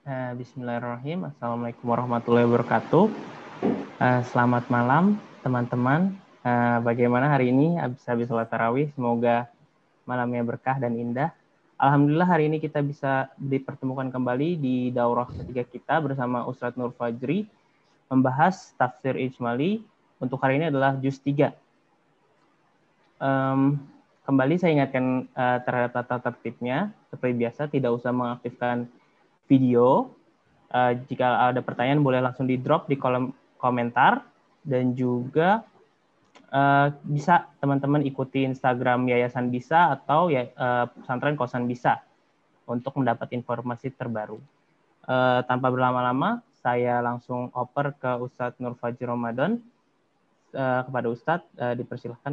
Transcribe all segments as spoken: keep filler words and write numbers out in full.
Uh, Bismillahirrahmanirrahim. Assalamualaikum warahmatullahi wabarakatuh. Uh, selamat malam teman-teman. Uh, bagaimana hari ini habis-habis sholat tarawih? Semoga malamnya berkah dan indah. Alhamdulillah hari ini kita bisa dipertemukan kembali di daurah ketiga kita bersama Ustadz Nur Fajri membahas tafsir ijmali. Untuk hari ini adalah juz tiga. Um, kembali saya ingatkan uh, terhadap tata tertibnya. Seperti biasa tidak usah mengaktifkan video. Uh, jika ada pertanyaan boleh langsung di drop di kolom komentar, dan juga uh, bisa teman-teman ikuti Instagram Yayasan Bisa atau ya, uh, Pesantren Kosan Bisa untuk mendapat informasi terbaru. Uh, tanpa berlama-lama, saya langsung oper ke Ustadz Nur Fajri Ramadan. Uh, kepada Ustadz, uh, dipersilahkan.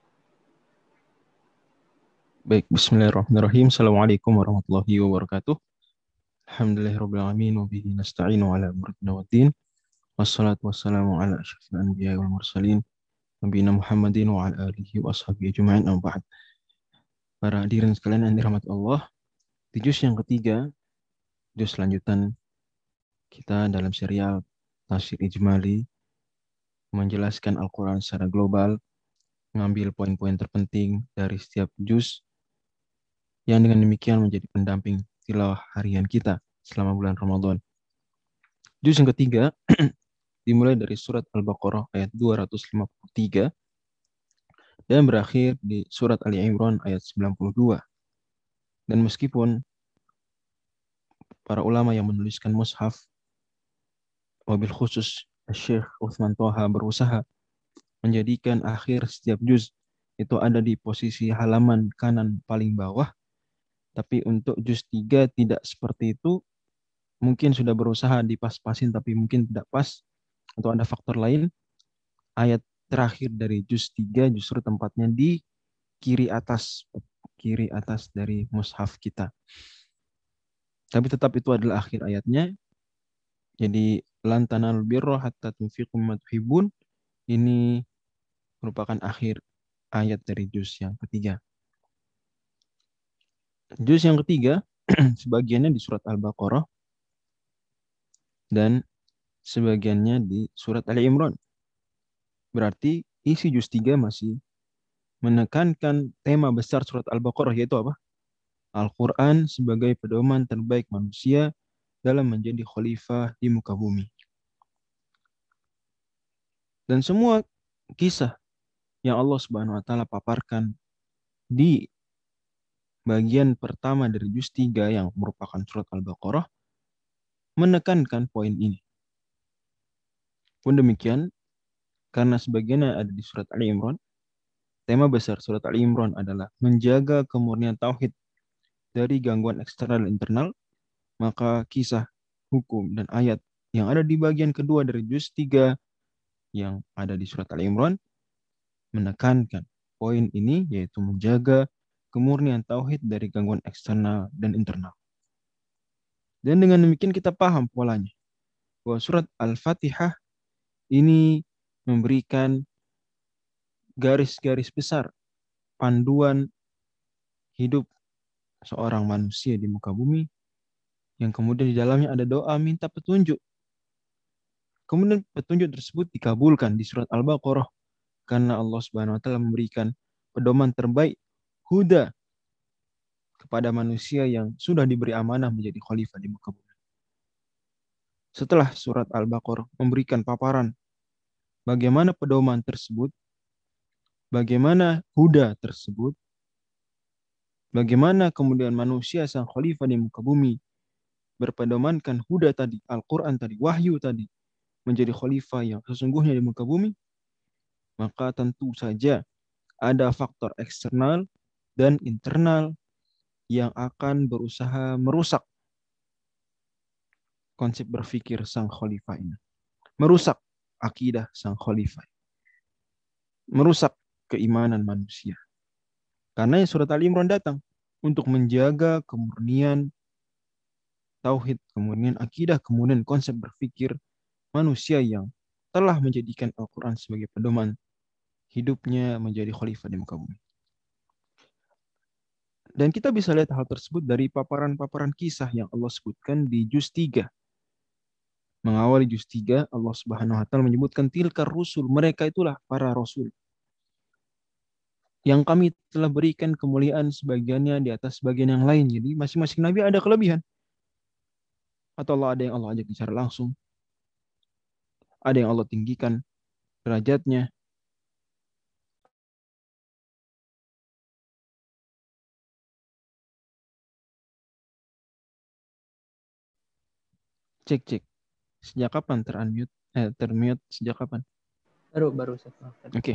Baik, bismillahirrahmanirrahim. Assalamualaikum warahmatullahi wabarakatuh. Alhamdulillahirrahmanirrahim. Wabihi nasta'inu ala amrina wa din. Wassalatu wassalamu ala asyrafil anbiya wal mursalin. Nabiyina Muhammadin wa ala alihi wa ashabihi ajma'in. Amma ba'd. Para hadirin sekalian yang dirahmati Allah, di juz yang ketiga, juz lanjutan kita dalam serial Tafsir Ijmali, menjelaskan Al-Quran secara global, mengambil poin-poin terpenting dari setiap juz, yang dengan demikian menjadi pendamping tilawah harian kita selama bulan Ramadan. Juz yang ketiga dimulai dari surat Al-Baqarah ayat dua ratus lima puluh tiga dan berakhir di surat Ali Imran ayat sembilan puluh dua. Dan meskipun para ulama yang menuliskan mushaf, wabil khusus Syekh Utsman Toha, berusaha menjadikan akhir setiap juz itu ada di posisi halaman kanan paling bawah, tapi untuk juz tiga tidak seperti itu. Mungkin sudah berusaha dipas-pasin tapi mungkin tidak pas, atau ada faktor lain. Ayat terakhir dari juz tiga justru tempatnya di kiri atas, kiri atas dari mushaf kita. Tapi tetap itu adalah akhir ayatnya. Jadi lan tanalul birra hatta tunfiqu mimma tuhibbun, ini merupakan akhir ayat dari juz yang ketiga. Juz yang ketiga sebagiannya di surat Al-Baqarah dan sebagiannya di surat Ali Imran. Berarti isi juz tiga masih menekankan tema besar surat Al-Baqarah, yaitu apa? Al-Quran sebagai pedoman terbaik manusia dalam menjadi khalifah di muka bumi. Dan semua kisah yang Allah Subhanahu wa taala paparkan di bagian pertama dari juz tiga yang merupakan surat Al-Baqarah menekankan poin ini. Pun demikian, karena sebagiannya ada di surat Ali Imran, tema besar surat Ali Imran adalah menjaga kemurnian tauhid dari gangguan eksternal dan internal, maka kisah, hukum, dan ayat yang ada di bagian kedua dari juz tiga yang ada di surat Ali Imran menekankan poin ini, yaitu menjaga kemurnian tauhid dari gangguan eksternal dan internal. Dan dengan demikian kita paham polanya, bahwa surat Al-Fatihah ini memberikan garis-garis besar panduan hidup seorang manusia di muka bumi, yang kemudian di dalamnya ada doa minta petunjuk. Kemudian petunjuk tersebut dikabulkan di surat Al-Baqarah karena Allah Subhanahu wa taala memberikan pedoman terbaik, huda, kepada manusia yang sudah diberi amanah menjadi khalifah di muka bumi. Setelah surat Al-Baqarah memberikan paparan bagaimana pedoman tersebut, bagaimana huda tersebut, bagaimana kemudian manusia sang khalifah di muka bumi berpedomankan huda tadi, Al-Quran tadi, wahyu tadi, menjadi khalifah yang sesungguhnya di muka bumi, maka tentu saja ada faktor eksternal dan internal yang akan berusaha merusak konsep berpikir sang khalifah ini, merusak akidah sang khalifah, merusak keimanan manusia. Karena surat Ali Imran datang untuk menjaga kemurnian tauhid, kemurnian akidah, kemudian konsep berpikir manusia yang telah menjadikan Al-Quran sebagai pedoman hidupnya menjadi khalifah di muka bumi. Dan kita bisa lihat hal tersebut dari paparan-paparan kisah yang Allah sebutkan di juz tiga. Mengawali juz tiga, Allah Subhanahu wa taala menyebutkan tilkar rusul, mereka itulah para rasul. Yang kami telah berikan kemuliaan sebagiannya di atas sebagian yang lain. Jadi masing-masing nabi ada kelebihan. Atau Allah ada yang Allah ajak bicara langsung. Ada yang Allah tinggikan derajatnya. Cek, cek. Sejak kapan ter-unmute? Eh, ter-mute sejak kapan? Baru, baru saya. Oke.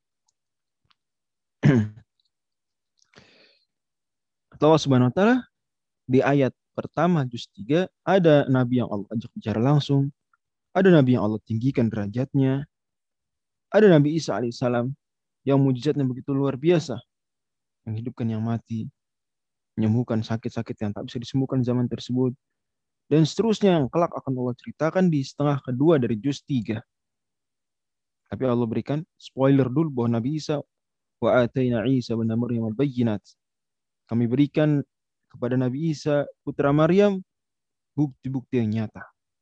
Allah Subhanahu wa taala di ayat pertama juz tiga ada nabi yang Allah ajak bicara langsung, ada nabi yang Allah tinggikan derajatnya, ada Nabi Isa alaihissalam yang mujizatnya begitu luar biasa, menghidupkan yang mati, menyembuhkan sakit-sakit yang tak bisa disembuhkan zaman tersebut, dan seterusnya yang kelak akan Allah ceritakan di setengah kedua dari juz tiga. Tapi Allah berikan spoiler dulu bahwa Nabi Isa wa atayna Isa bin Maryam al-bayyinat. Kami berikan kepada Nabi Isa putra Maryam bukti-bukti yang nyata.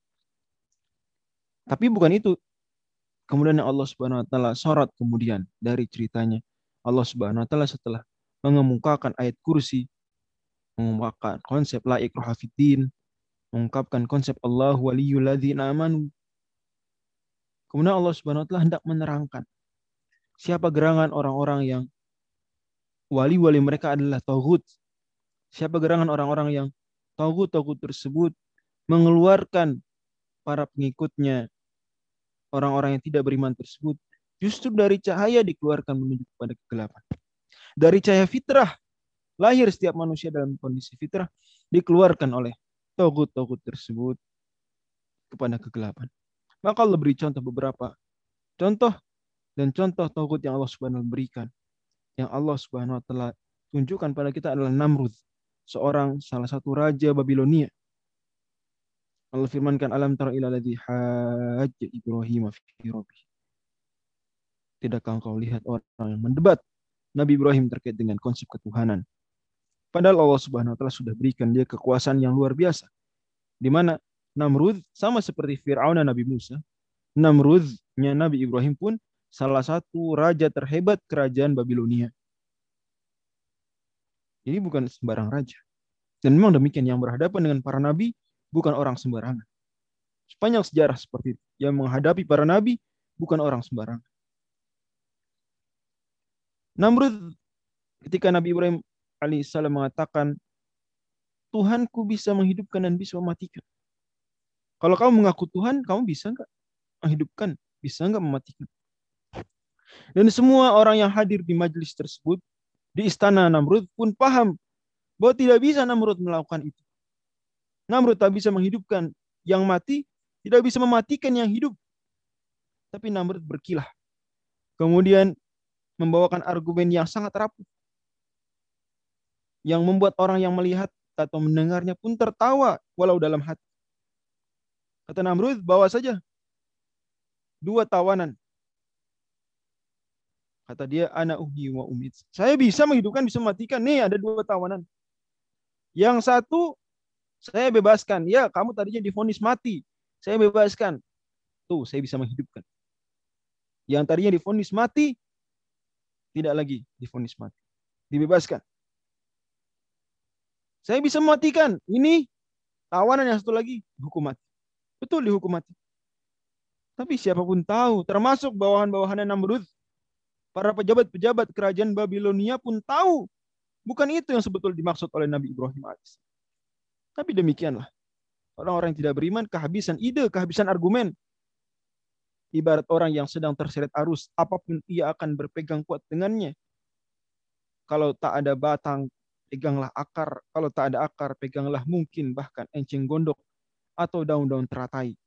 Tapi bukan itu. Kemudian Allah Subhanahu wa taala sorot kemudian dari ceritanya. Allah Subhanahu wa taala setelah mengemukakan ayat kursi, mengungkapkan konsep la ikraha fiddin, mengungkapkan konsep Allah waliyul ladzina amanu. Kemudian Allah Subhanahu wa taala hendak menerangkan siapa gerangan orang-orang yang wali-wali mereka adalah tauhid. Siapa gerangan orang-orang yang tauhid-tauhid tersebut mengeluarkan para pengikutnya, orang-orang yang tidak beriman tersebut, justru dari cahaya dikeluarkan menuju kepada kegelapan. Dari cahaya fitrah, lahir setiap manusia dalam kondisi fitrah, dikeluarkan oleh tauhid-tauhid tersebut kepada kegelapan. Maka Allah beri contoh beberapa contoh dan contoh tauhid yang Allah Subhanahu wa taala berikan. Yang Allah Subhanahu wa taala tunjukkan pada kita adalah Namrud, seorang salah satu raja Babilonia. Allah firmankan, alam tara ila ladzi hajja Ibrahim fi rabbih. Tidakkah engkau lihat orang yang mendebat Nabi Ibrahim terkait dengan konsep ketuhanan? Padahal Allah Subhanahu wa taala sudah berikan dia kekuasaan yang luar biasa. Di mana Namrud sama seperti Fir'aun dan Nabi Musa, Namrudnya Nabi Ibrahim pun salah satu raja terhebat kerajaan Babilonia. Jadi bukan sembarang raja. Dan memang demikian, yang berhadapan dengan para nabi bukan orang sembarangan. Sepanjang sejarah seperti itu, yang menghadapi para nabi bukan orang sembarangan. Namrud ketika Nabi Ibrahim alaihissalam mengatakan, Tuhanku bisa menghidupkan dan bisa mematikan. Kalau kamu mengaku Tuhan, kamu bisa nggak menghidupkan? Bisa nggak mematikan? Dan semua orang yang hadir di majelis tersebut, di istana Namrud pun paham bahwa tidak bisa Namrud melakukan itu. Namrud tak bisa menghidupkan yang mati, tidak bisa mematikan yang hidup. Tapi Namrud berkilah. Kemudian membawakan argumen yang sangat rapuh, yang membuat orang yang melihat atau mendengarnya pun tertawa walau dalam hati. Kata Namrud, bawa saja dua tawanan. Kata dia, ana uhyi wa umit. Saya bisa menghidupkan, bisa mematikan. Nih ada dua tawanan. Yang satu saya bebaskan. Ya, kamu tadinya divonis mati. Saya bebaskan. Tuh, saya bisa menghidupkan. Yang tadinya divonis mati, tidak lagi divonis mati. Dibebaskan. Saya bisa mematikan. Ini tawanan yang satu lagi, hukum mati. Betul, dihukum mati. Tapi siapapun tahu, termasuk bawahan-bawahannya Namrud, para pejabat-pejabat kerajaan Babilonia pun tahu, bukan itu yang sebetulnya dimaksud oleh Nabi Ibrahim alaihissalam. Tapi demikianlah. Orang-orang yang tidak beriman kehabisan ide, kehabisan argumen. Ibarat orang yang sedang terseret arus, apapun ia akan berpegang kuat dengannya. Kalau tak ada batang, peganglah akar. Kalau tak ada akar, peganglah mungkin bahkan enceng gondok atau daun-daun teratai.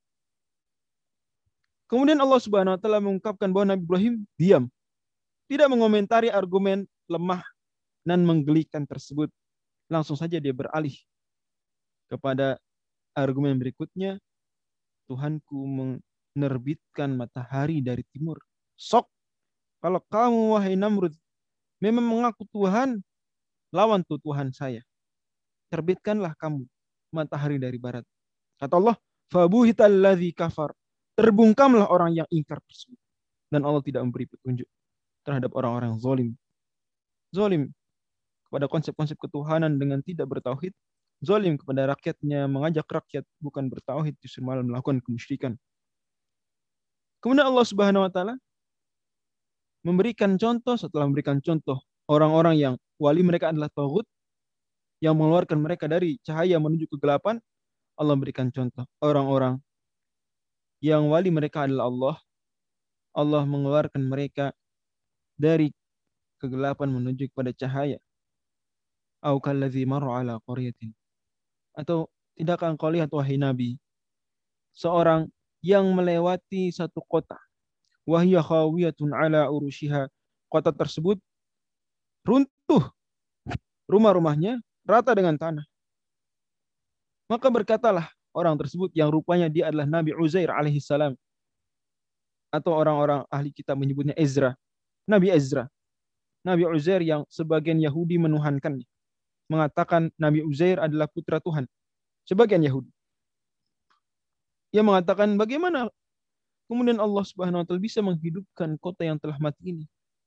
Kemudian Allah Subhanahu wa taala mengungkapkan bahwa Nabi Ibrahim diam, tidak mengomentari argumen lemah dan menggelikan tersebut. Langsung saja dia beralih kepada argumen berikutnya. Tuhanku menerbitkan matahari dari timur. Sok, kalau kamu wahai Namrud memang mengaku Tuhan, lawan tuh Tuhan saya. Terbitkanlah kamu matahari dari barat. Kata Allah, fabuhital ladzi kafar. Terbungkamlah orang yang ingkar tersebut. Dan Allah tidak memberi petunjuk terhadap orang-orang yang zalim. Zalim kepada konsep-konsep ketuhanan dengan tidak bertauhid. Zalim kepada rakyatnya, mengajak rakyat bukan bertauhid, justru malah melakukan kemusyrikan. Kemudian Allah Subhanahu wa taala memberikan contoh, setelah memberikan contoh orang-orang yang wali mereka adalah tauhid, yang mengeluarkan mereka dari cahaya menuju kegelapan. Allah memberikan contoh orang-orang yang wali mereka adalah Allah. Allah mengeluarkan mereka dari kegelapan menuju kepada cahaya. Au kalladzi marra ala qaryatin. Atau tidakkah engkau lihat wahai Nabi, seorang yang melewati satu kota, wahya khawiyatun ala urushiha, kota tersebut runtuh, rumah-rumahnya rata dengan tanah. Maka berkatalah orang tersebut yang rupanya dia adalah Nabi Uzair alaihissalam, atau orang-orang ahli kitab menyebutnya Ezra, Nabi Ezra, Nabi Uzair yang sebagian Yahudi menuhankannya, mengatakan Nabi Uzair adalah putra Tuhan. Sebagian Yahudi yang mengatakan bagaimana kemudian Allah Subhanahu wa taala bisa menghidupkan kota yang telah mati ini.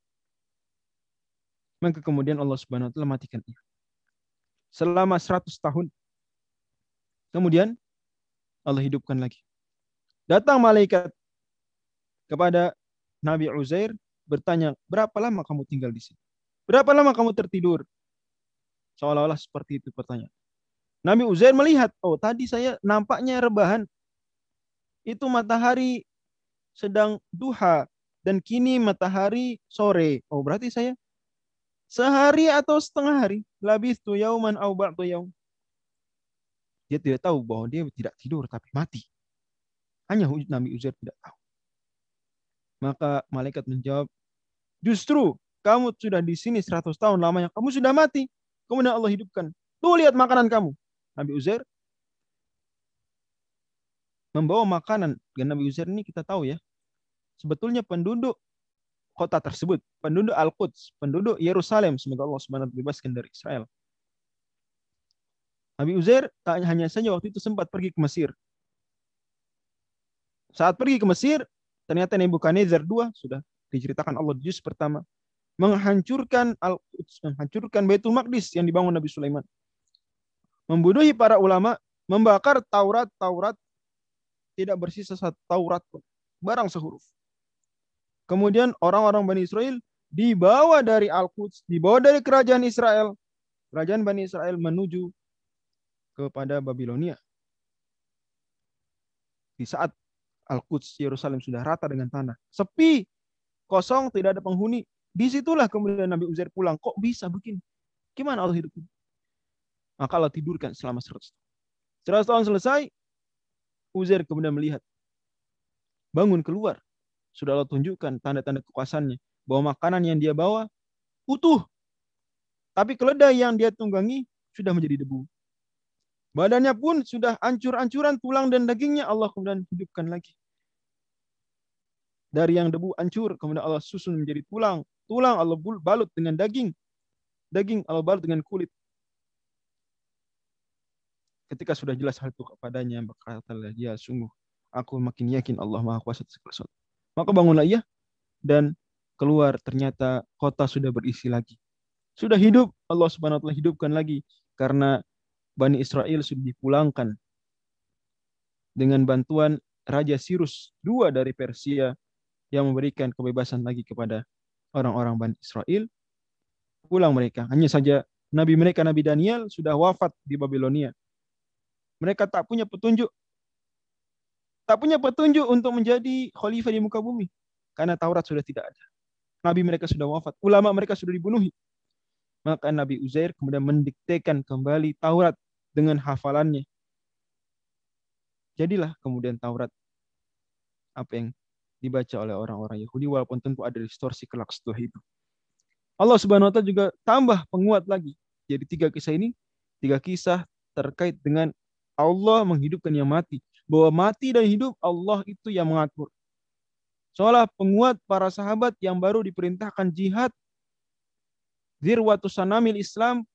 Maka kemudian Allah Subhanahu wa taala matikan ia selama seratus tahun. Kemudian Allah hidupkan lagi. Datang malaikat kepada Nabi Uzair bertanya, berapa lama kamu tinggal di sini? Berapa lama kamu tertidur? Seolah-olah seperti itu pertanyaan. Nabi Uzair melihat, oh tadi saya nampaknya rebahan. Itu matahari sedang duha. Dan kini matahari sore. Oh berarti saya sehari atau setengah hari. Labithtu yauman au ba'du yaum. Dia tidak tahu bahwa dia tidak tidur tapi mati. Hanya Nabi Uzair tidak tahu. Maka malaikat menjawab, justru kamu sudah di sini seratus tahun lamanya. Kamu sudah mati. Kemudian Allah hidupkan. Tuh lihat makanan kamu. Nabi Uzair membawa makanan. Dan Nabi Uzair ini kita tahu ya, sebetulnya penduduk kota tersebut, penduduk Al-Quds, penduduk Yerusalem, semoga Allah Subhanahu wa taala bebaskan dari Israel. Nabi Uzair tak hanya saja waktu itu sempat pergi ke Mesir. Saat pergi ke Mesir, ternyata Nebukadnezar kedua sudah diceritakan Allah di juz pertama, menghancurkan Al-Quds, menghancurkan Baitul Maqdis yang dibangun Nabi Sulaiman. Membunuhi para ulama, membakar Taurat-Taurat, tidak bersisa satu Taurat pun, barang sehuruf. Kemudian orang-orang Bani Israel dibawa dari Al-Quds, dibawa dari kerajaan Israel, kerajaan Bani Israel menuju kepada Babilonia. Di saat Al-Quds, Yerusalem sudah rata dengan tanah, sepi, kosong, tidak ada penghuni. Disitulah kemudian Nabi Uzair pulang. Kok bisa begini? Gimana Allah hidup? Maka Allah tidurkan selama seratus tahun. seratus tahun selesai, Uzair kemudian melihat. Bangun keluar. Sudah Allah tunjukkan tanda-tanda kekuasaannya. Bahwa makanan yang dia bawa utuh. Tapi keledai yang dia tunggangi sudah menjadi debu. Badannya pun sudah hancur-hancuran, tulang dan dagingnya Allah kemudian hidupkan lagi. Dari yang debu hancur, kemudian Allah susun menjadi tulang. Tulang Allah balut dengan daging. Daging Allah balut dengan kulit. Ketika sudah jelas hal itu kepadanya, berkatalah dia, sungguh aku makin yakin Allah Maha Kuasa atas segala sesuatu. Maka bangunlah ia dan keluar, ternyata kota sudah berisi lagi. Sudah hidup, Allah Subhanahu wa taala hidupkan lagi karena Bani Israel sudah dipulangkan dengan bantuan Raja Sirus kedua dari Persia yang memberikan kebebasan lagi kepada orang-orang Bani Israel. Pulang mereka. Hanya saja Nabi mereka, Nabi Daniel, sudah wafat di Babilonia. Mereka tak punya petunjuk. Tak punya petunjuk untuk menjadi khalifah di muka bumi. Karena Taurat sudah tidak ada. Nabi mereka sudah wafat. Ulama mereka sudah dibunuhi. Maka Nabi Uzair kemudian mendiktekan kembali Taurat dengan hafalannya. Jadilah kemudian Taurat apa yang dibaca oleh orang-orang Yahudi, walaupun tentu ada distorsi kelak setelah itu. Allah Subhanahu wa taala juga tambah penguat lagi. Jadi tiga kisah ini, tiga kisah terkait dengan Allah menghidupkan yang mati. Bahwa mati dan hidup Allah itu yang mengatur. Seolah penguat para sahabat yang baru diperintahkan jihad, zirwatu sanamil Islam,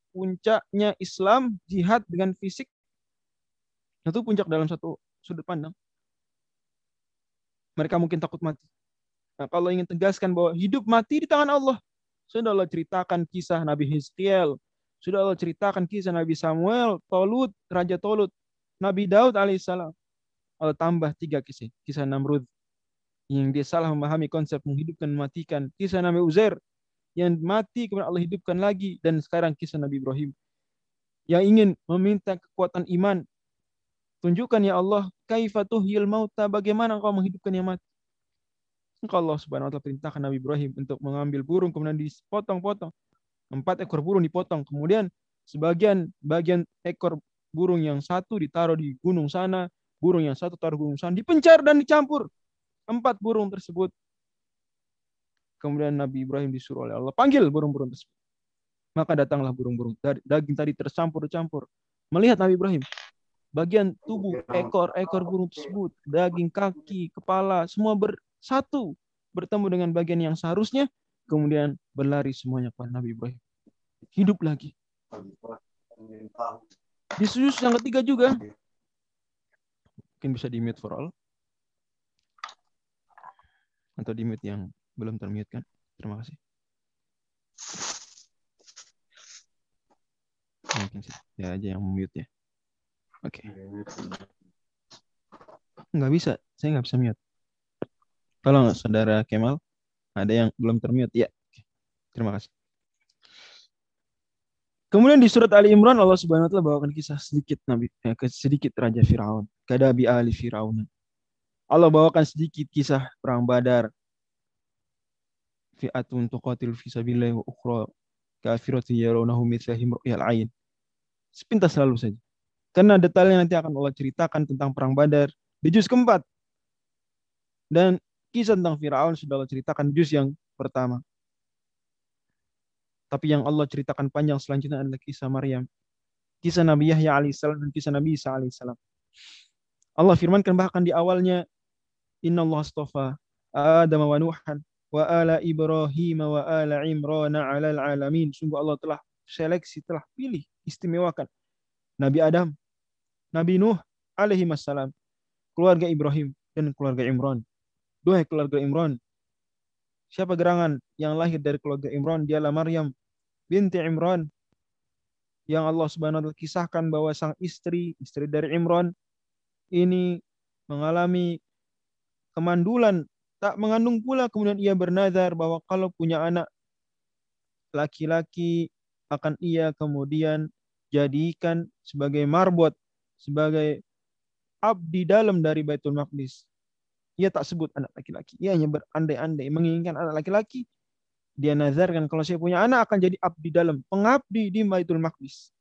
puncaknya Islam, jihad dengan fisik, itu puncak dalam satu sudut pandang. Mereka mungkin takut mati. Nah, kalau ingin tegaskan bahwa hidup mati di tangan Allah, sudah Allah ceritakan kisah Nabi Hizkiel, sudah Allah ceritakan kisah Nabi Samuel, Tolut, Raja Tolut, Nabi Daud alaihissalam. Allah tambah tiga kisah. Kisah Namrud, yang dia salah memahami konsep menghidupkan, mematikan. Kisah Nabi Uzair, yang mati kemudian Allah hidupkan lagi. Dan sekarang kisah Nabi Ibrahim, yang ingin meminta kekuatan iman. Tunjukkan ya Allah, kaifa tuhyil mauta, bagaimana engkau menghidupkan yang mati. Engkau Allah subhanahu wa ta'ala perintahkan Nabi Ibrahim untuk mengambil burung, kemudian dipotong-potong. Empat ekor burung dipotong. Kemudian sebagian bagian ekor burung yang satu ditaruh di gunung sana, burung yang satu taruh gunung sana, dipencar dan dicampur. Empat burung tersebut. Kemudian Nabi Ibrahim disuruh oleh Allah, panggil burung-burung tersebut. Maka datanglah burung-burung. Daging tadi tercampur-campur. Melihat Nabi Ibrahim, bagian tubuh ekor-ekor burung tersebut, daging, kaki, kepala, semua bersatu, bertemu dengan bagian yang seharusnya, kemudian berlari semuanya kepada Nabi Ibrahim. Hidup lagi. Di sujud yang ketiga juga, mungkin bisa di mute for all, atau di mute yang belum termute kan. Terima kasih. Mungkin sih, ya aja yang mute ya. Oke. Okay. Nggak bisa, saya nggak bisa mute. Tolong saudara Kemal, ada yang belum termute ya. Okay. Terima kasih. Kemudian di surat Ali Imran Allah Subhanahu wa taala bawakan kisah sedikit Nabi eh, sedikit Raja Firaun, kadabi ali Firaun. Allah bawakan sedikit kisah perang Badar. Fi'atun tuqatil fi sabilillah wa ukhra kafiratun yarawnahu mithlahum ru'yal ain. Sepintas selalu saja. Karena detailnya nanti akan Allah ceritakan tentang perang Badar di juz keempat. Dan kisah tentang Firaun sudah Allah ceritakan di juz yang pertama. Tapi yang Allah ceritakan panjang selanjutnya adalah kisah Maryam, kisah Nabi Yahya alaihissalam, dan kisah Nabi Isa alaihissalam. Allah firmankan bahkan di awalnya, Inna Allah astafa Adam wa Nuhan wa ala Ibrahim wa ala Imran ala alamin. Sungguh Allah telah seleksi, telah pilih, istimewakan Nabi Adam, Nabi Nuh alaihi wassalam, keluarga Ibrahim dan keluarga Imran. Duhai keluarga Imran, siapa gerangan yang lahir dari keluarga Imran? Dialah Maryam binti Imran, yang Allah Subhanahu wa taala kisahkan bahwa sang istri, istri dari Imran ini mengalami kemandulan, tak mengandung pula, kemudian ia bernazar bahwa kalau punya anak laki-laki akan ia kemudian jadikan sebagai marbot, sebagai abdi dalam dari Baitul Maqdis. Ia tak sebut anak laki-laki, ia hanya berandai-andai menginginkan anak laki-laki. Dia nazarkan kalau saya punya anak akan jadi abdi dalam, pengabdi di Baitul Maqdis.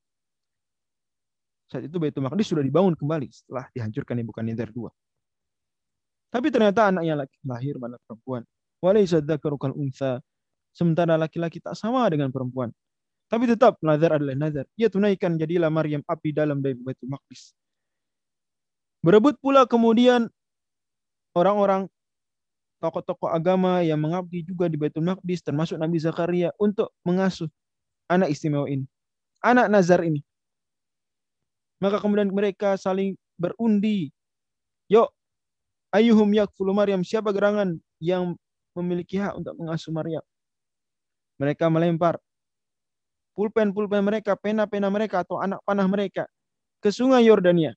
Saat itu Baitul Maqdis sudah dibangun kembali setelah dihancurkan Nebukadnezar kedua. Tapi ternyata anaknya laki lahir malah perempuan. Walaysa dzakaru kal untha. Sementara laki-laki tak sama dengan perempuan. Tapi tetap nazar adalah nazar. Ia tunaikan, jadilah Maryam abdi dalam dari Baitul Maqdis. Berebut pula kemudian orang-orang tokoh-tokoh agama yang mengabdi juga di Baitul Maqdis, termasuk Nabi Zakaria, untuk mengasuh anak istimewa ini, anak nazar ini. Maka kemudian mereka saling berundi. Yuk, ayyuhum yakfulu Maryam, siapa gerangan yang memiliki hak untuk mengasuh Maryam? Mereka melempar pulpen-pulpen mereka, pena-pena mereka, atau anak panah mereka ke sungai Yordania.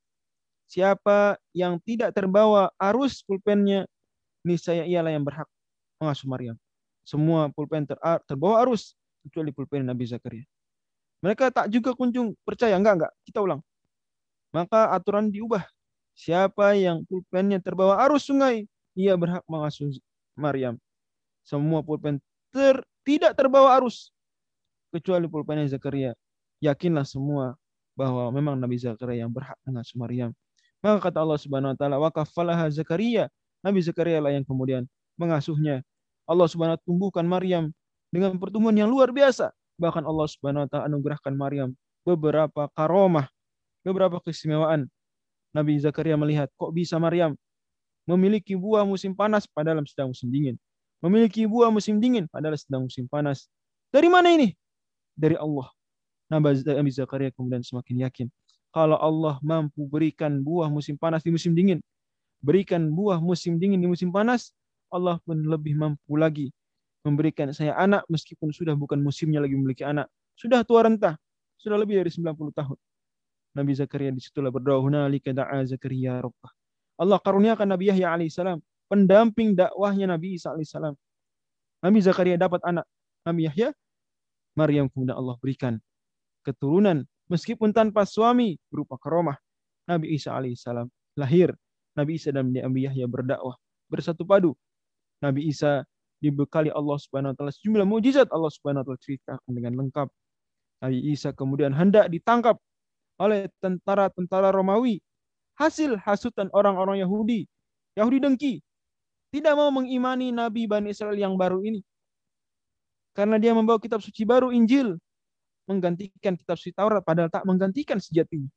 Siapa yang tidak terbawa arus pulpennya, niscaya ialah yang berhak mengasuh Maryam. Semua pulpen ter terbawa arus kecuali pulpen Nabi Zakaria. Mereka tak juga kunjung percaya. Enggak, enggak. Kita ulang. Maka aturan diubah. Siapa yang pulpennya terbawa arus sungai, ia berhak mengasuh Maryam. Semua pulpen ter tidak terbawa arus kecuali pulpen Zakaria. Yakinlah semua bahwa memang Nabi Zakaria yang berhak mengasuh Maryam. Maka kata Allah Subhanahu wa taala, wa kaffalaha Zakaria. Nabi Zakaria lah yang kemudian mengasuhnya. Allah Subhanahu wa taala tumbuhkan Maryam dengan pertumbuhan yang luar biasa. Bahkan Allah Subhanahu wa taala anugerahkan Maryam beberapa karomah, beberapa keistimewaan. Nabi Zakaria melihat, kok bisa Maryam memiliki buah musim panas padahal sedang musim dingin. Memiliki buah musim dingin padahal sedang musim panas. Dari mana ini? Dari Allah. Nabi Zakaria kemudian semakin yakin kalau Allah mampu berikan buah musim panas di musim dingin, berikan buah musim dingin di musim panas, Allah pun lebih mampu lagi memberikan saya anak meskipun sudah bukan musimnya lagi memiliki anak. Sudah tua renta, sudah lebih dari sembilan puluh tahun. Nabi Zakaria disitulah berdoa, hunalika da'a Zakaria rabbah. Allah karuniakan Nabi Yahya alaihissalam, pendamping dakwahnya Nabi Isa alaihissalam. Nabi Zakaria dapat anak. Nabi Yahya, Maryam kemudian Allah berikan keturunan meskipun tanpa suami berupa karomah. Nabi Isa alaihissalam lahir. Nabi Isa dan Nabi Yahya berdakwah bersatu padu. Nabi Isa dibekali Allah Subhanahu wa taala sejumlah mukjizat Allah Subhanahu wa taala ceritakan dengan lengkap. Nabi Isa kemudian hendak ditangkap oleh tentara-tentara Romawi. Hasil hasutan orang-orang Yahudi. Yahudi dengki. Tidak mau mengimani Nabi Bani Israel yang baru ini. Karena dia membawa kitab suci baru, Injil. Menggantikan kitab suci Taurat, padahal tak menggantikan sejatinya.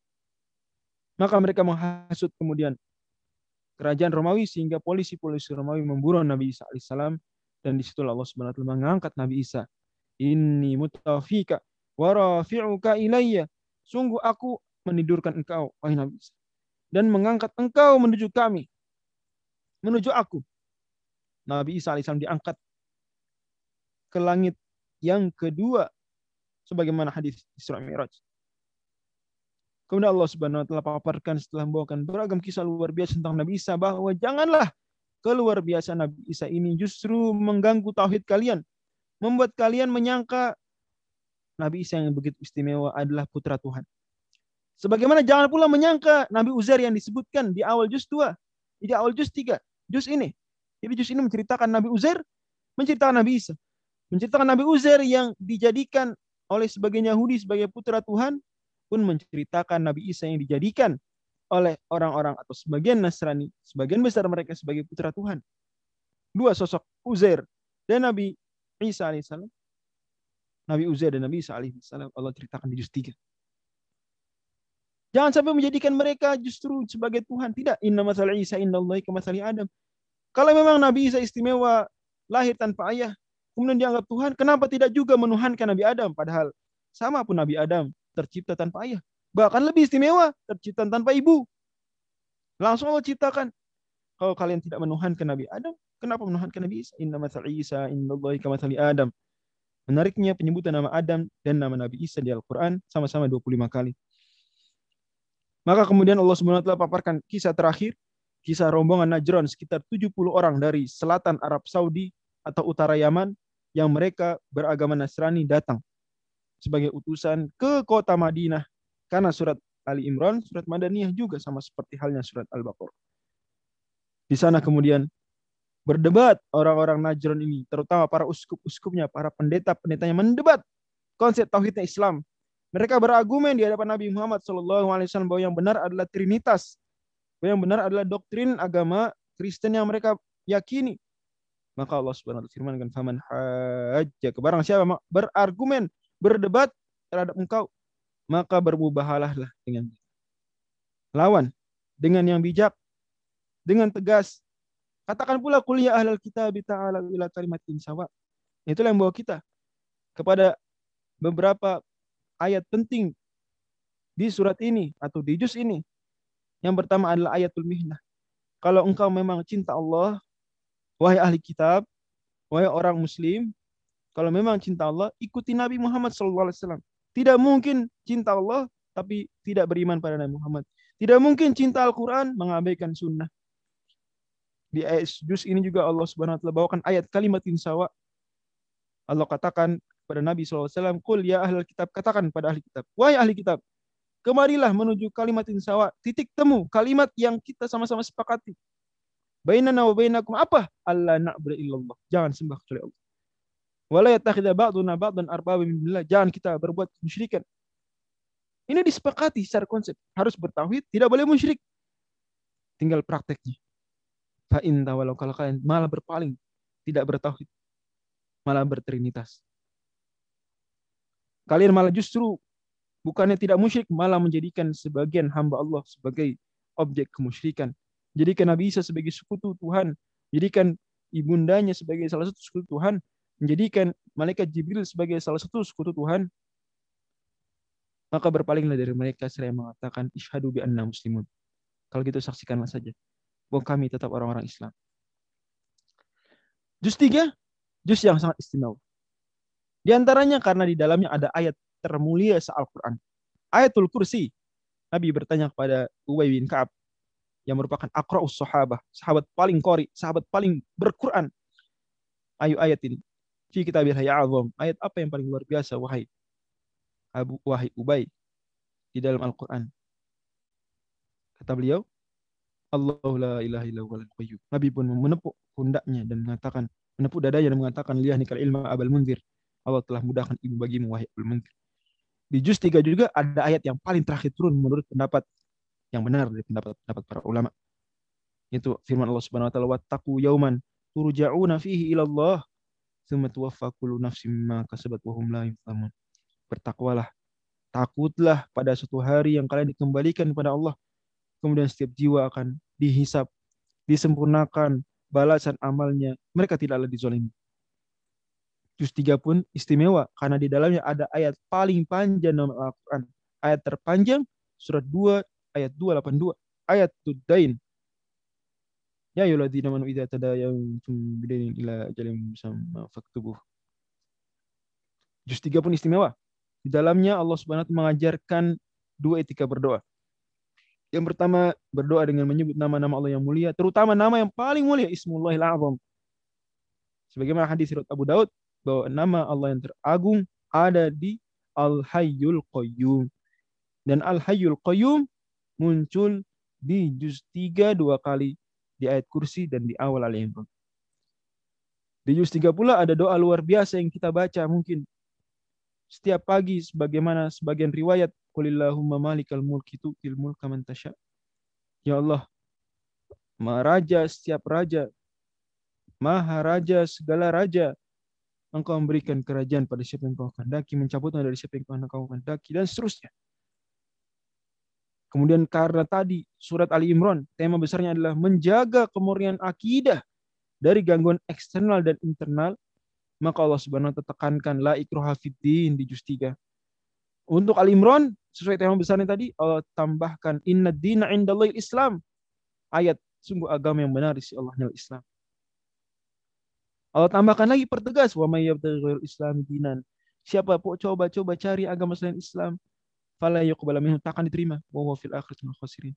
Maka mereka menghasut kemudian kerajaan Romawi, sehingga polisi-polisi Romawi memburu Nabi Isa alaihissalam. Dan disitulah Allah subhanahu wa taala mengangkat Nabi Isa. Inni mutawafika wa rafi'uka ilayya. Sungguh aku menidurkan engkau, wahai Nabi Isa, dan mengangkat engkau menuju kami, menuju aku. Nabi Isa alaihissalam diangkat ke langit yang kedua, sebagaimana hadis Isra Mi'raj. Kemudian Allah Subhanahu wa taala paparkan setelah membawakan beragam kisah luar biasa tentang Nabi Isa, bahwa janganlah keluar biasa Nabi Isa ini justru mengganggu tauhid kalian, membuat kalian menyangka Nabi Isa yang begitu istimewa adalah putra Tuhan. Sebagaimana jangan pula menyangka Nabi Uzair yang disebutkan di awal juz dua, di awal juz tiga, juz ini. Jadi juz ini menceritakan Nabi Uzair, menceritakan Nabi Isa. Menceritakan Nabi Uzair yang dijadikan oleh sebagian Yahudi sebagai putra Tuhan, pun menceritakan Nabi Isa yang dijadikan oleh orang-orang atau sebagian Nasrani, sebagian besar mereka sebagai putra Tuhan. Dua sosok, Uzair dan Nabi Isa alaihissalam. Nabi Uzair dan Nabi Isa alaihissalam Allah ceritakan di juz tiga. Jangan sampai menjadikan mereka justru sebagai Tuhan. Tidak. Inna matsal Isa indallahi kamatsali Adam. Kalau memang Nabi Isa istimewa, lahir tanpa ayah, kemudian dianggap Tuhan, kenapa tidak juga menuhankan Nabi Adam? Padahal sama pun Nabi Adam tercipta tanpa ayah. Bahkan lebih istimewa, tercipta tanpa ibu. Langsung Allah ciptakan. Kalau kalian tidak menuhankan Nabi Adam, kenapa menuhankan Nabi Isa? Inna matsal Isa indallahi kamatsali Adam. Menariknya penyebutan nama Adam dan nama Nabi Isa di Al-Quran sama-sama dua puluh lima kali. Maka kemudian Allah subhanahu wa taala paparkan kisah terakhir, kisah rombongan Najran sekitar tujuh puluh orang dari selatan Arab Saudi atau utara Yaman yang mereka beragama Nasrani datang sebagai utusan ke kota Madinah. Karena surat Ali Imran, surat Madaniyah juga sama seperti halnya surat Al-Baqarah. Di sana kemudian berdebat orang-orang Najran ini, terutama para uskup-uskupnya, para pendeta-pendetanya mendebat konsep tauhidnya Islam. Mereka berargumen di hadapan Nabi Muhammad shallallahu alaihi wasallam bahwa yang benar adalah Trinitas, bahwa yang benar adalah doktrin agama Kristen yang mereka yakini. Maka Allah Subhanahu wa taala firmankan, faman hajjaka, barang siapa berargumen, berdebat terhadap engkau, maka bermubahalahlah dengan lawan dengan yang bijak, dengan tegas. Katakan pula, qul ya ahlal kitab ta'ala ila kalimatin sawa. Itulah yang bawa kita kepada beberapa ayat penting di surat ini atau di juz ini. Yang pertama adalah ayatul mihnah. Kalau engkau memang cinta Allah, wahai ahli kitab, wahai orang muslim, kalau memang cinta Allah, ikuti Nabi Muhammad shallallahu alaihi wasallam. Tidak mungkin cinta Allah tapi tidak beriman pada Nabi Muhammad. Tidak mungkin cinta Al-Quran mengabaikan sunnah. Di ayat juz ini juga Allah subhanahu wa taala bawakan ayat kalimatin sawa. Allah katakan pada Nabi shallallahu alaihi wasallam, qul ya ahlal kitab, katakan pada ahli kitab, wahai ahli kitab, kemarilah menuju kalimatin sawa, titik temu, kalimat yang kita sama-sama sepakati. Bainana wa bainakum apa? Allah na'budu illallah. Jangan sembah kecuali Allah. Wala yattakhidha ba'duna ba'dan arbaba min billah. Jangan kita berbuat kemusyrikan. Ini disepakati secara konsep. Harus bertauhid, tidak boleh musyrik. Tinggal prakteknya. Fa in tawallaw, kalau kalian malah berpaling, tidak bertauhid, malah bertrinitas. Kalian malah justru bukannya tidak musyrik, malah menjadikan sebagian hamba Allah sebagai objek kemusyrikan. Jadikan Nabi Isa sebagai sekutu Tuhan. Jadikan ibundanya sebagai salah satu sekutu Tuhan. Menjadikan malaikat Jibril sebagai salah satu sekutu Tuhan. maka berpalinglah dari mereka seraya mengatakan isyhadu bi anna muslimun. Kalau gitu saksikanlah saja bahwa kami tetap orang-orang Islam. Juz tiga, juz yang sangat istimewa. Di antaranya karena di dalamnya ada ayat termulia se-Al-Quran. Ayatul Kursi. Nabi bertanya kepada Ubay bin Ka'ab yang merupakan aqra'us sahabah, sahabat paling qori, sahabat paling berquran. Ayu ayat ini. Fi kitabillahi azam. Ayat apa yang paling luar biasa wahai Abu wahai Ubay di dalam Al-Quran? Kata beliau, Allahu la ilaha illa huwal qayyum. Nabi pun menepuk pundaknya dan mengatakan, menepuk dadanya dan mengatakan, liyahnikal ilma abal munzir. Allah telah mudahkan ibu bagimu wahai Abul Munzir. Di juz tiga juga ada ayat yang paling terakhir turun menurut pendapat yang benar dari pendapat-pendapat para ulama. Itu firman Allah Subhanahu wa taala, wattaqu yauman turja'una fihi ila Allah tsumma tuwaffa kullu nafsin ma kasabat wa hum la yuzlamun. Bertakwalah, takutlah pada suatu hari yang kalian dikembalikan kepada Allah. Kemudian setiap jiwa akan dihisap, disempurnakan balasan amalnya. Mereka tidaklah dizalimi. Juz tiga pun istimewa karena di dalamnya ada ayat paling panjang dalam Al-Quran. Ayat terpanjang surat dua ayat dua ratus delapan puluh dua. Ayat Tuddain. Ya ayyuhalladzina amanu idza tadayantum bidainin ila ajalin musamma faktubuh. Juz tiga pun istimewa. Di dalamnya Allah Subhanahu wa taala mengajarkan dua etika berdoa. Yang pertama, berdoa dengan menyebut nama-nama Allah yang mulia, terutama nama yang paling mulia, Ismullahil A'zam. Sebagaimana hadis riwayat Abu Daud bahwa nama Allah yang teragung ada di Al-Hayyul Qayyum. Dan Al-Hayyul Qayyum muncul di juz tiga dua kali, di ayat Kursi dan di awal Al-Imran. Di juz tiga pula ada doa luar biasa yang kita baca mungkin setiap pagi sebagaimana sebagian riwayat, qulillahumma malikal mulki tu'til mulka man tasya. Ya Allah, Maharaja setiap raja, Maharaja segala raja, Engkau memberikan kerajaan pada siapa yang Engkau kehendaki, mencabutnya dari siapa yang Engkau kehendaki, dan seterusnya. Kemudian karena tadi surat Ali Imran, tema besarnya adalah menjaga kemurnian akidah dari gangguan eksternal dan internal, maka Allah Subhanahu wa taala tekankan la ikraha fiddin di juz tiga. Untuk Ali Imran, sesuai tema besarnya tadi, Allah tambahkan inna dina indallahil Islam. Ayat sungguh agama yang benar di sisi Allah adalah Islam. Allah tambahkan lagi pertegas wa may yabtaghi ghairal islam dinan. Siapa pun coba-coba cari agama selain Islam, fala yuqbal minhu, takkan diterima, wa huwa fil akhirati minal khasirin.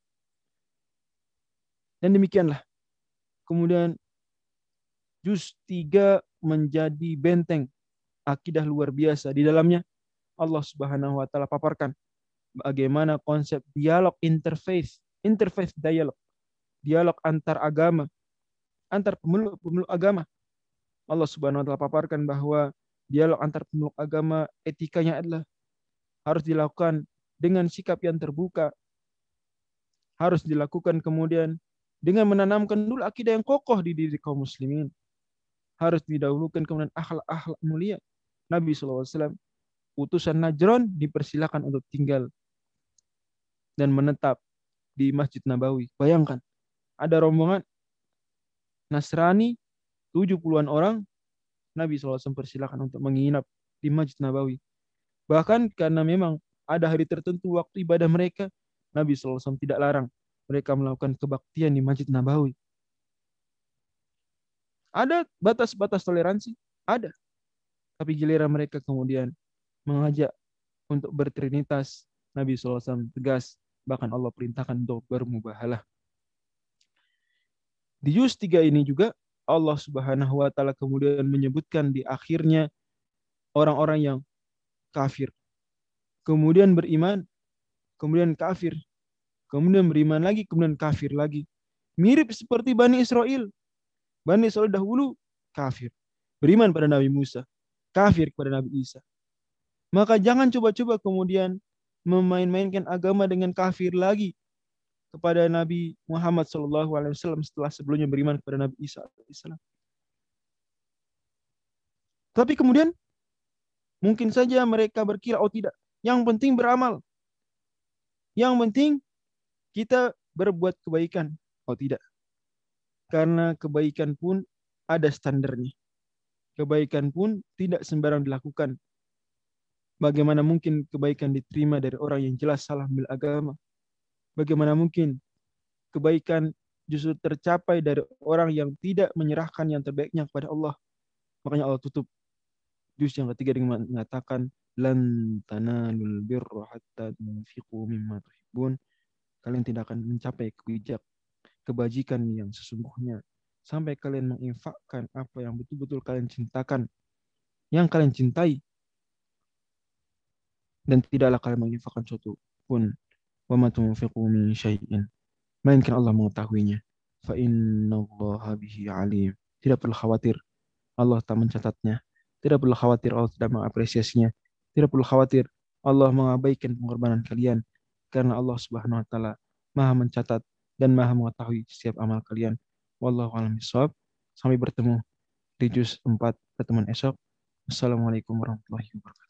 Dan demikianlah. Kemudian juz tiga menjadi benteng akidah luar biasa. Di dalamnya Allah Subhanahu wa taala paparkan bagaimana konsep dialog interfaith, interfaith dialog, dialog antar agama, antar pemeluk-pemeluk agama. Allah Subhanahu wa taala paparkan bahwa dialog antar pemeluk agama etikanya adalah harus dilakukan dengan sikap yang terbuka. Harus dilakukan kemudian dengan menanamkan dulu akidah yang kokoh di diri kaum muslimin. Harus didahulukan kemudian akhlak-akhlak mulia. Nabi shallallahu alaihi wasallam utusan Najran dipersilakan untuk tinggal dan menetap di Masjid Nabawi. Bayangkan, ada rombongan Nasrani tujuh puluhan orang, Nabi shallallahu alaihi wasallam persilakan untuk menginap di Masjid Nabawi. Bahkan karena memang ada hari tertentu waktu ibadah mereka, Nabi shallallahu alaihi wasallam tidak larang mereka melakukan kebaktian di Masjid Nabawi. Ada batas-batas toleransi? Ada. Tapi giliran mereka kemudian mengajak untuk bertrinitas, Nabi shallallahu alaihi wasallam tegas. Bahkan Allah perintahkan untuk bermubahalah. Di juz tiga ini juga Allah Subhanahu wa taala kemudian menyebutkan di akhirnya orang-orang yang kafir. Kemudian beriman, kemudian kafir. Kemudian beriman lagi, kemudian kafir lagi. Mirip seperti Bani Israel. Bani Israel dahulu kafir. Beriman pada Nabi Musa. Kafir kepada Nabi Isa. Maka jangan coba-coba kemudian memain-mainkan agama dengan kafir lagi kepada Nabi Muhammad shallallahu alaihi wasallam setelah sebelumnya beriman kepada Nabi Isa alaihissalam. Tapi kemudian mungkin saja mereka berkira, oh tidak, yang penting beramal. Yang penting kita berbuat kebaikan. Oh tidak. Karena kebaikan pun ada standarnya. Kebaikan pun tidak sembarang dilakukan. Bagaimana mungkin kebaikan diterima dari orang yang jelas salah ambil agama? Bagaimana mungkin kebaikan justru tercapai dari orang yang tidak menyerahkan yang terbaiknya kepada Allah? Makanya Allah tutup juz yang ketiga dengan mengatakan lan tanalul birra hatta tunfiqu mimma tuhibbun. Kalian tidak akan mencapai kebijak kebajikan yang sesungguhnya sampai kalian menginfakkan apa yang betul-betul kalian cintakan, yang kalian cintai, dan tidaklah kalian menginfakkan suatu pun wa ma tunfiqu min syai'in melainkan Allah mengetahuinya. Fa innallaha bihi alim. Tidak perlu khawatir Allah tak mencatatnya. Tidak perlu khawatir Allah tidak mengapresiasinya. Tidak perlu khawatir Allah mengabaikan pengorbanan kalian karena Allah Subhanahu wa taala Maha mencatat dan Maha mengetahui setiap amal kalian. Wallahu a'lam bishawab. Sampai bertemu di juz empat pertemuan esok. Assalamualaikum warahmatullahi wabarakatuh.